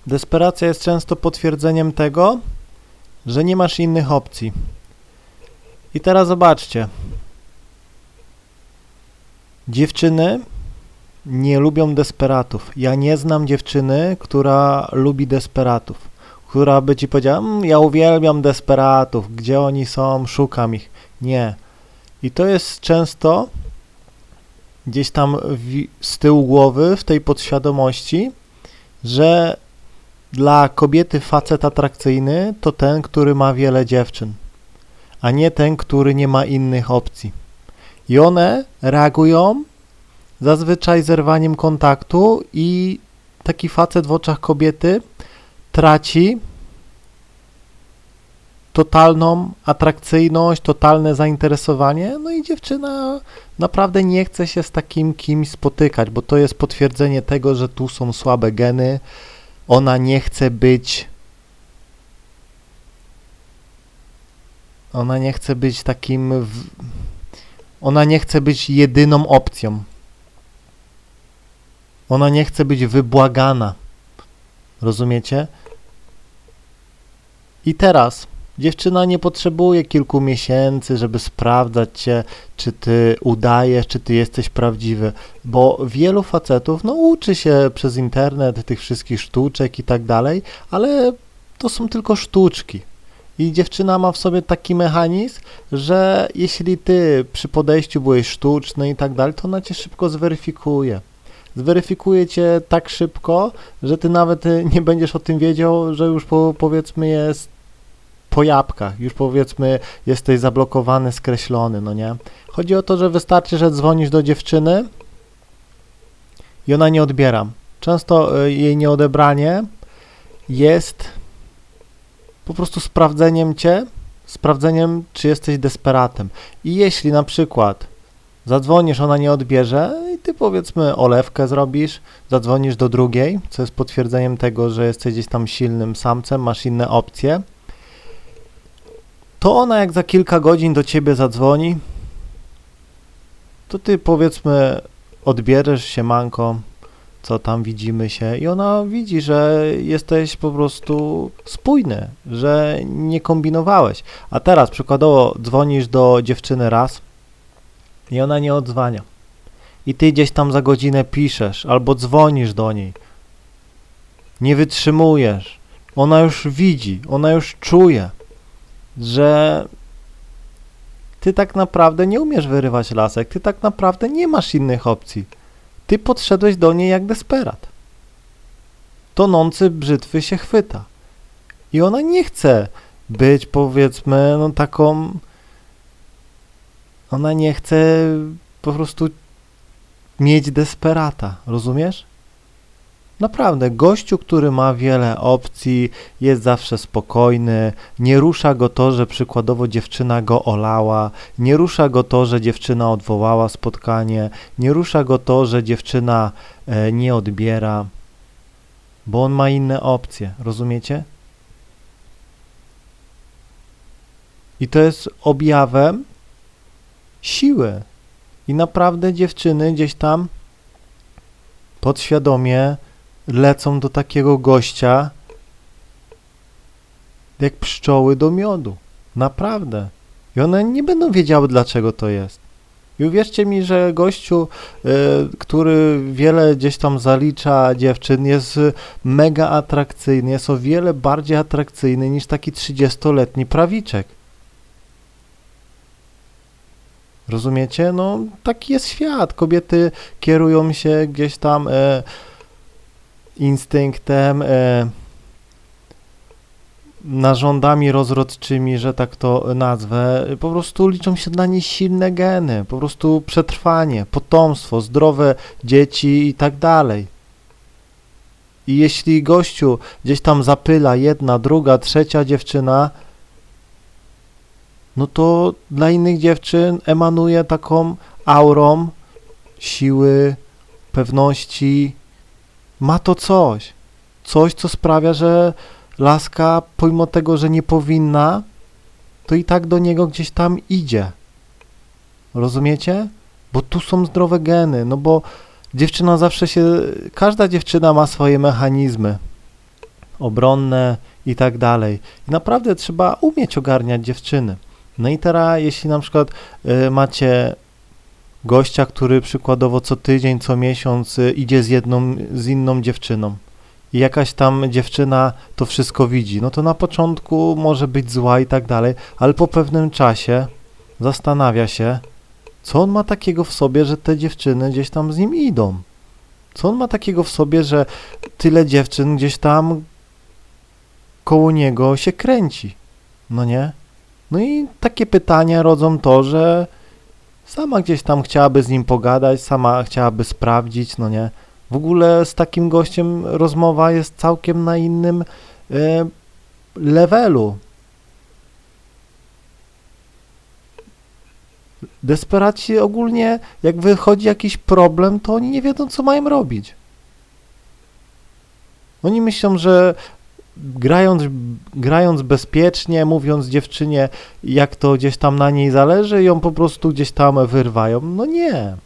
Desperacja jest często potwierdzeniem tego, że nie masz innych opcji. I teraz zobaczcie. Dziewczyny nie lubią desperatów. Ja nie znam dziewczyny, która lubi desperatów. Która by ci powiedziała, ja uwielbiam desperatów, gdzie oni są, szukam ich. Nie. I to jest często gdzieś tam z tyłu głowy, w tej podświadomości, że dla kobiety facet atrakcyjny to ten, który ma wiele dziewczyn, a nie ten, który nie ma innych opcji. I one reagują zazwyczaj zerwaniem kontaktu i taki facet w oczach kobiety traci totalną atrakcyjność, totalne zainteresowanie, no i dziewczyna naprawdę nie chce się z takim kimś spotykać, bo to jest potwierdzenie tego, że tu są słabe geny. Ona nie chce być ona nie chce być jedyną opcją. Ona nie chce być wybłagana. Rozumiecie? I teraz dziewczyna nie potrzebuje kilku miesięcy, żeby sprawdzać cię, czy ty udajesz, czy ty jesteś prawdziwy, bo wielu facetów, uczy się przez internet tych wszystkich sztuczek i tak dalej, ale to są tylko sztuczki. I dziewczyna ma w sobie taki mechanizm, że jeśli ty przy podejściu byłeś sztuczny i tak dalej, to ona cię szybko zweryfikuje. Zweryfikuje cię tak szybko, że ty nawet nie będziesz o tym wiedział, że już powiedzmy jest po jabłkach, już powiedzmy jesteś zablokowany, skreślony, no nie? Chodzi o to, że wystarczy, że dzwonisz do dziewczyny i ona nie odbiera. Często jej nieodebranie jest po prostu sprawdzeniem cię, sprawdzeniem, czy jesteś desperatem. I jeśli na przykład zadzwonisz, ona nie odbierze i ty powiedzmy olewkę zrobisz, zadzwonisz do drugiej, co jest potwierdzeniem tego, że jesteś gdzieś tam silnym samcem, masz inne opcje, to ona jak za kilka godzin do ciebie zadzwoni, to ty powiedzmy odbierzesz się, manko, co tam, widzimy się i ona widzi, że jesteś po prostu spójny, że nie kombinowałeś. A teraz przykładowo dzwonisz do dziewczyny raz i ona nie odzwania. I ty gdzieś tam za godzinę piszesz albo dzwonisz do niej. Nie wytrzymujesz. Ona już widzi, ona już czuje, że ty tak naprawdę nie umiesz wyrywać lasek, ty tak naprawdę nie masz innych opcji. Ty podszedłeś do niej jak desperat. Tonący brzytwy się chwyta. I ona nie chce być, powiedzmy, taką... Ona nie chce po prostu mieć desperata, rozumiesz? Naprawdę, gościu, który ma wiele opcji, jest zawsze spokojny, nie rusza go to, że przykładowo dziewczyna go olała, nie rusza go to, że dziewczyna odwołała spotkanie, nie rusza go to, że dziewczyna nie odbiera, bo on ma inne opcje, rozumiecie? I to jest objawem siły. I naprawdę dziewczyny gdzieś tam podświadomie lecą do takiego gościa jak pszczoły do miodu. Naprawdę. I one nie będą wiedziały, dlaczego to jest. I uwierzcie mi, że gościu, który wiele gdzieś tam zalicza dziewczyn, jest mega atrakcyjny, jest o wiele bardziej atrakcyjny niż taki 30-letni prawiczek. Rozumiecie? Taki jest świat. Kobiety kierują się gdzieś tam instynktem, narządami rozrodczymi, że tak to nazwę. Po prostu liczą się dla nich silne geny, po prostu przetrwanie, potomstwo, zdrowe dzieci i tak dalej. I jeśli gościu gdzieś tam zapyla jedna, druga, trzecia dziewczyna, no to dla innych dziewczyn emanuje taką aurą siły, pewności. Ma to coś, co sprawia, że laska, pomimo tego, że nie powinna, to i tak do niego gdzieś tam idzie. Rozumiecie? Bo tu są zdrowe geny, bo dziewczyna zawsze każda dziewczyna ma swoje mechanizmy. obronne i tak dalej. I naprawdę trzeba umieć ogarniać dziewczyny. No i teraz, jeśli na przykład macie gościa, który przykładowo co tydzień, co miesiąc idzie z inną dziewczyną i jakaś tam dziewczyna to wszystko widzi, no to na początku może być zła i tak dalej, ale po pewnym czasie zastanawia się, co on ma takiego w sobie, że te dziewczyny gdzieś tam z nim idą. Co on ma takiego w sobie, że tyle dziewczyn gdzieś tam koło niego się kręci, no nie? No i takie pytania rodzą to, że sama gdzieś tam chciałaby z nim pogadać, sama chciałaby sprawdzić, no nie? W ogóle z takim gościem rozmowa jest całkiem na innym levelu. Desperaci ogólnie, jak wychodzi jakiś problem, to oni nie wiedzą, co mają robić. Oni myślą, że grając bezpiecznie, mówiąc dziewczynie, jak to gdzieś tam na niej zależy, ją po prostu gdzieś tam wyrwają. No nie.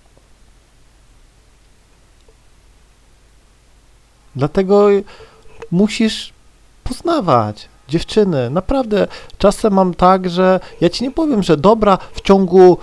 Dlatego musisz poznawać dziewczyny. Naprawdę, czasem mam tak, że ja ci nie powiem, że dobra, w ciągu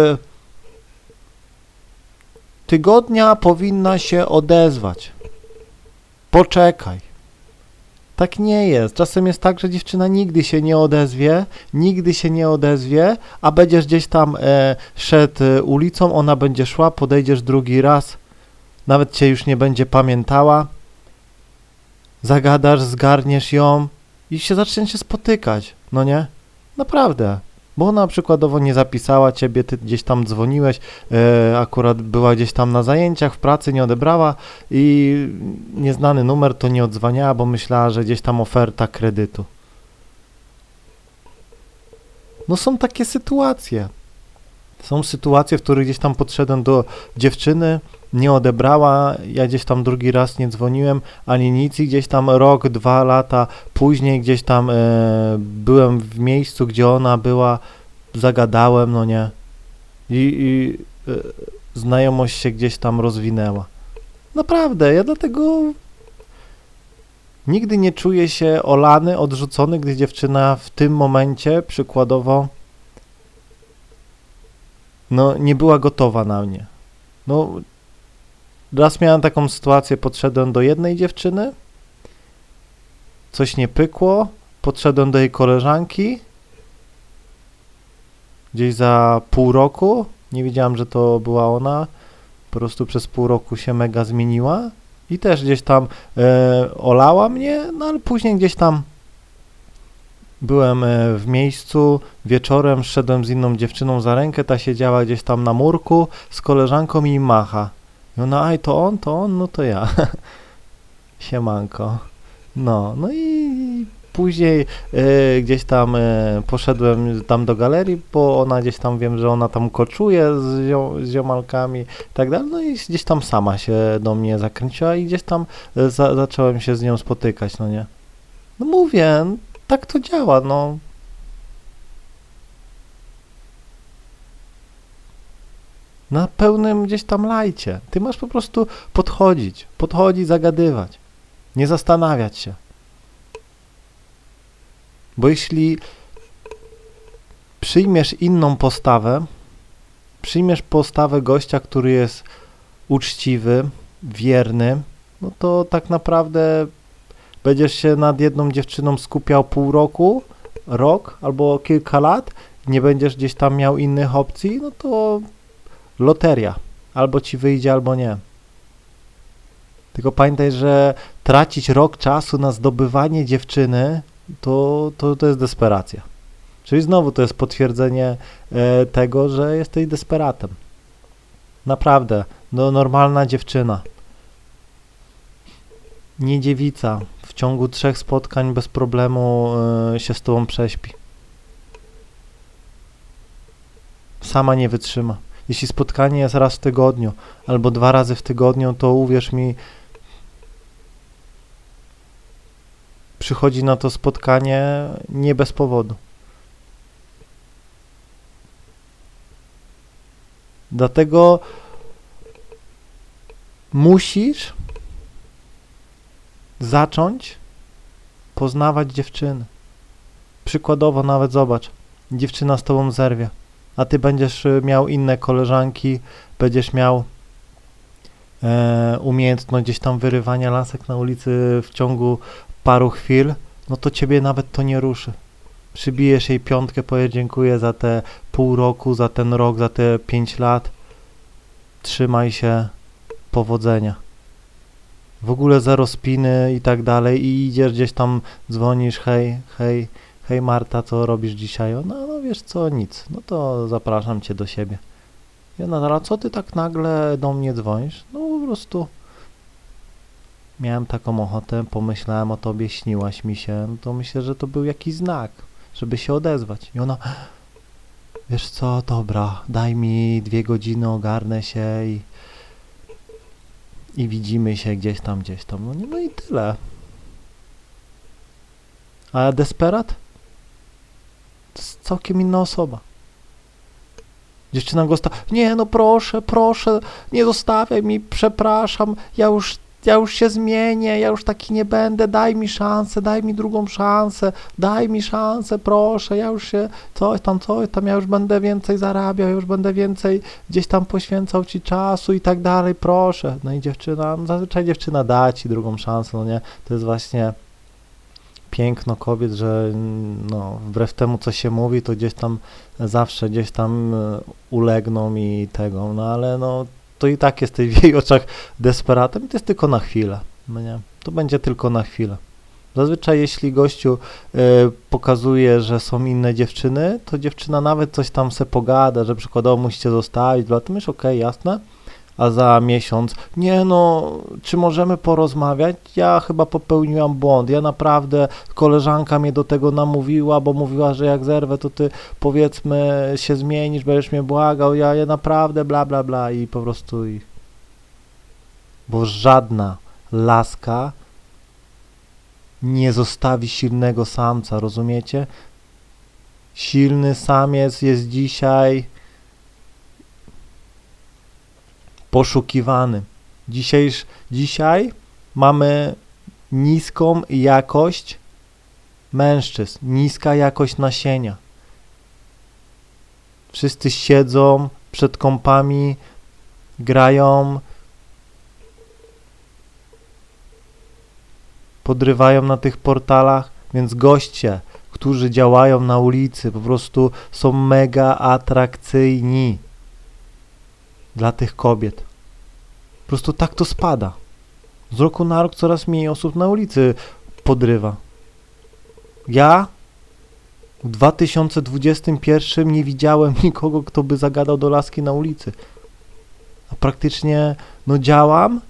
tygodnia powinna się odezwać. Poczekaj. Tak nie jest. Czasem jest tak, że dziewczyna nigdy się nie odezwie, a będziesz gdzieś tam szedł ulicą, ona będzie szła, podejdziesz drugi raz, nawet cię już nie będzie pamiętała, zagadasz, zgarniesz ją i się zaczniecie spotykać, no nie? Naprawdę. Bo ona przykładowo nie zapisała ciebie, ty gdzieś tam dzwoniłeś, akurat była gdzieś tam na zajęciach, w pracy, nie odebrała i nieznany numer to nie odzwaniała, bo myślała, że gdzieś tam oferta kredytu. No są takie sytuacje. Są sytuacje, w których gdzieś tam podszedłem do dziewczyny, nie odebrała, ja gdzieś tam drugi raz nie dzwoniłem, ani nic i gdzieś tam rok, 2 lata później gdzieś tam byłem w miejscu, gdzie ona była, zagadałem, no nie, i znajomość się gdzieś tam rozwinęła. Naprawdę, ja dlatego nigdy nie czuję się olany, odrzucony, gdy dziewczyna w tym momencie, przykładowo, no nie była gotowa na mnie. No, raz miałem taką sytuację, podszedłem do jednej dziewczyny, coś nie pykło, podszedłem do jej koleżanki, gdzieś za pół roku, nie wiedziałem, że to była ona, po prostu przez pół roku się mega zmieniła i też gdzieś tam olała mnie, no ale później gdzieś tam byłem w miejscu, wieczorem szedłem z inną dziewczyną za rękę, ta siedziała gdzieś tam na murku z koleżanką i macha. I ona, aj, to on, no to ja. Siemanko. No i później gdzieś tam poszedłem tam do galerii, bo ona gdzieś tam, wiem, że ona tam koczuje z ziomalkami i tak dalej, no i gdzieś tam sama się do mnie zakręciła i gdzieś tam zacząłem się z nią spotykać, no nie. No mówię, tak to działa, no. Na pełnym gdzieś tam lajcie. Ty masz po prostu podchodzić, zagadywać, nie zastanawiać się. Bo jeśli przyjmiesz inną postawę, przyjmiesz postawę gościa, który jest uczciwy, wierny, no to tak naprawdę będziesz się nad jedną dziewczyną skupiał pół roku, rok albo kilka lat, nie będziesz gdzieś tam miał innych opcji, no to loteria. Albo ci wyjdzie, albo nie. Tylko pamiętaj, że tracić rok czasu na zdobywanie dziewczyny, to jest desperacja. Czyli znowu to jest potwierdzenie tego, że jesteś desperatem. Naprawdę, no normalna dziewczyna. Nie dziewica. W ciągu 3 spotkań bez problemu się z tobą prześpi. Sama nie wytrzyma. Jeśli spotkanie jest raz w tygodniu albo 2 razy w tygodniu, to uwierz mi, przychodzi na to spotkanie nie bez powodu. Dlatego musisz zacząć poznawać dziewczyny. Przykładowo nawet zobacz, dziewczyna z tobą zerwie, a ty będziesz miał inne koleżanki, będziesz miał umiejętność gdzieś tam wyrywania lasek na ulicy w ciągu paru chwil, no to ciebie nawet to nie ruszy. Przybijesz jej piątkę, powie dziękuję za te pół roku, za ten rok, za te 5 lat. Trzymaj się, powodzenia. W ogóle zero spiny i tak dalej i idziesz gdzieś tam, dzwonisz, hej Marta, co robisz dzisiaj? No wiesz co, nic, no to zapraszam cię do siebie. I ona, ale co ty tak nagle do mnie dzwonisz? No po prostu miałem taką ochotę, pomyślałem o tobie, śniłaś mi się, no to myślę, że to był jakiś znak, żeby się odezwać. I ona, wiesz co, dobra, daj mi 2 godziny, ogarnę się i widzimy się gdzieś tam. No i tyle. A desperat? To jest całkiem inna osoba. Dziewczyna go nie no proszę, nie zostawiaj mi, przepraszam, ja już się zmienię, ja już taki nie będę, daj mi szansę, daj mi drugą szansę, daj mi szansę, proszę, ja już się, coś tam, ja już będę więcej zarabiał, ja już będę więcej gdzieś tam poświęcał ci czasu i tak dalej, proszę. No i dziewczyna, no zazwyczaj dziewczyna da ci drugą szansę, no nie, to jest właśnie piękno kobiet, że no, wbrew temu, co się mówi, to gdzieś tam zawsze gdzieś tam ulegną i tego, no ale no to i tak jesteś w jej oczach desperatem i to jest tylko na chwilę, no nie, to będzie tylko na chwilę. Zazwyczaj jeśli gościu pokazuje, że są inne dziewczyny, to dziewczyna nawet coś tam se pogada, że przykładowo musicie zostawić, to myślisz, okej, jasne, a za miesiąc, nie no, czy możemy porozmawiać? Ja chyba popełniłam błąd, ja naprawdę, koleżanka mnie do tego namówiła, bo mówiła, że jak zerwę, to ty powiedzmy się zmienisz, będziesz mnie błagał, ja naprawdę bla bla bla i po prostu bo żadna laska nie zostawi silnego samca, rozumiecie? Silny samiec jest dzisiaj poszukiwany. Dzisiaj mamy niską jakość mężczyzn, niska jakość nasienia. Wszyscy siedzą przed kompami, grają, podrywają na tych portalach, więc goście, którzy działają na ulicy, po prostu są mega atrakcyjni dla tych kobiet. Po prostu tak to spada. Z roku na rok coraz mniej osób na ulicy podrywa. Ja w 2021 nie widziałem nikogo, kto by zagadał do laski na ulicy. A praktycznie, no działam,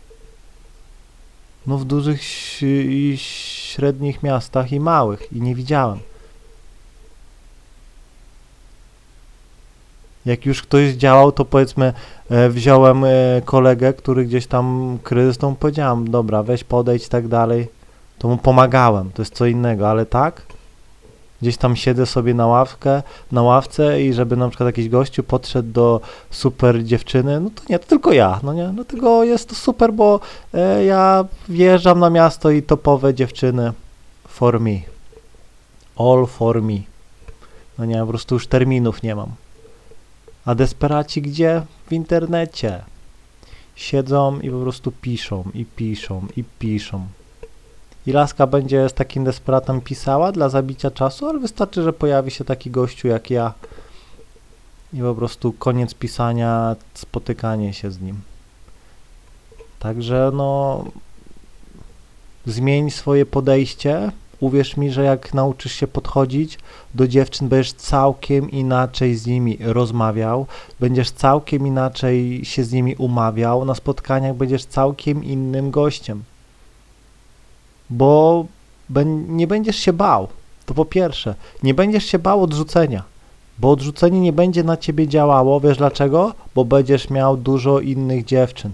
no w dużych i średnich miastach i małych i nie widziałem. Jak już ktoś działał, to powiedzmy wziąłem kolegę, który gdzieś tam kryzys, to mu powiedziałem, dobra, weź podejdź i tak dalej, to mu pomagałem, to jest co innego, ale tak, gdzieś tam siedzę sobie na ławce i żeby na przykład jakiś gościu podszedł do super dziewczyny, no to nie, to tylko ja, no nie, dlatego jest to super, bo ja wjeżdżam na miasto i topowe dziewczyny for me, all for me, no nie, po prostu już terminów nie mam. A desperaci gdzie? W internecie. Siedzą i po prostu piszą. I laska będzie z takim desperatem pisała dla zabicia czasu, ale wystarczy, że pojawi się taki gościu jak ja i po prostu koniec pisania, spotykanie się z nim. Także no zmień swoje podejście. Uwierz mi, że jak nauczysz się podchodzić do dziewczyn, będziesz całkiem inaczej z nimi rozmawiał, będziesz całkiem inaczej się z nimi umawiał, na spotkaniach będziesz całkiem innym gościem. Bo nie będziesz się bał, to po pierwsze, nie będziesz się bał odrzucenia, bo odrzucenie nie będzie na ciebie działało, wiesz dlaczego? Bo będziesz miał dużo innych dziewczyn.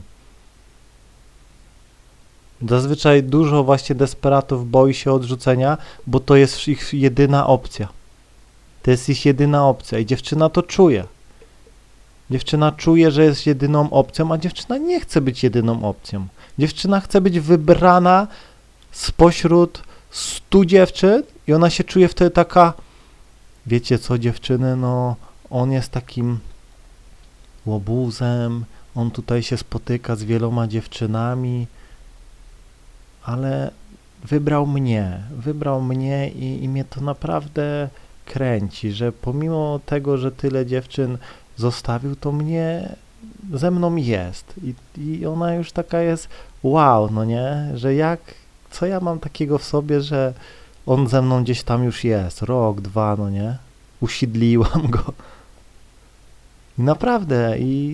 Zazwyczaj dużo właśnie desperatów boi się odrzucenia, bo to jest ich jedyna opcja. To jest ich jedyna opcja i dziewczyna to czuje. Dziewczyna czuje, że jest jedyną opcją, a dziewczyna nie chce być jedyną opcją. Dziewczyna chce być wybrana spośród 100 dziewczyn i ona się czuje wtedy taka, wiecie co dziewczyny, no on jest takim łobuzem, on tutaj się spotyka z wieloma dziewczynami, ale wybrał mnie i mnie to naprawdę kręci, że pomimo tego, że tyle dziewczyn zostawił, to mnie ze mną jest i ona już taka jest wow, no nie, że co ja mam takiego w sobie, że on ze mną gdzieś tam już jest, rok, 2, no nie, usiedliłam go i naprawdę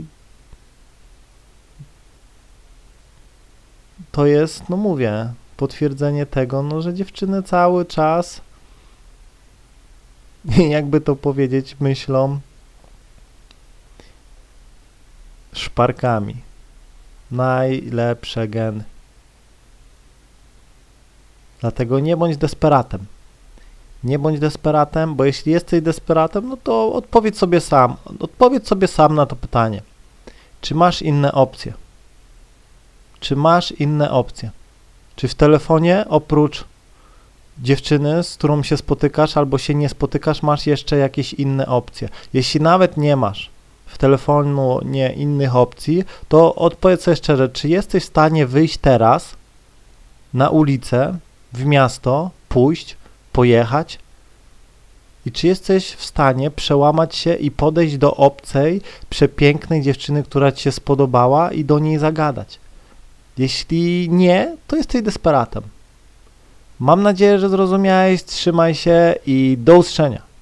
to jest, no mówię, potwierdzenie tego, no, że dziewczyny cały czas, jakby to powiedzieć, myślą szparkami. Najlepsze geny. Dlatego nie bądź desperatem. Nie bądź desperatem, bo jeśli jesteś desperatem, no to odpowiedz sobie sam na to pytanie. Czy masz inne opcje? Czy masz inne opcje? Czy w telefonie oprócz dziewczyny, z którą się spotykasz albo się nie spotykasz, masz jeszcze jakieś inne opcje? Jeśli nawet nie masz w telefonie innych opcji, to odpowiedz sobie szczerze, czy jesteś w stanie wyjść teraz na ulicę, w miasto, pójść, pojechać i czy jesteś w stanie przełamać się i podejść do obcej, przepięknej dziewczyny, która ci się spodobała i do niej zagadać? Jeśli nie, to jesteś desperatem. Mam nadzieję, że zrozumiałeś, trzymaj się i do usłyszenia.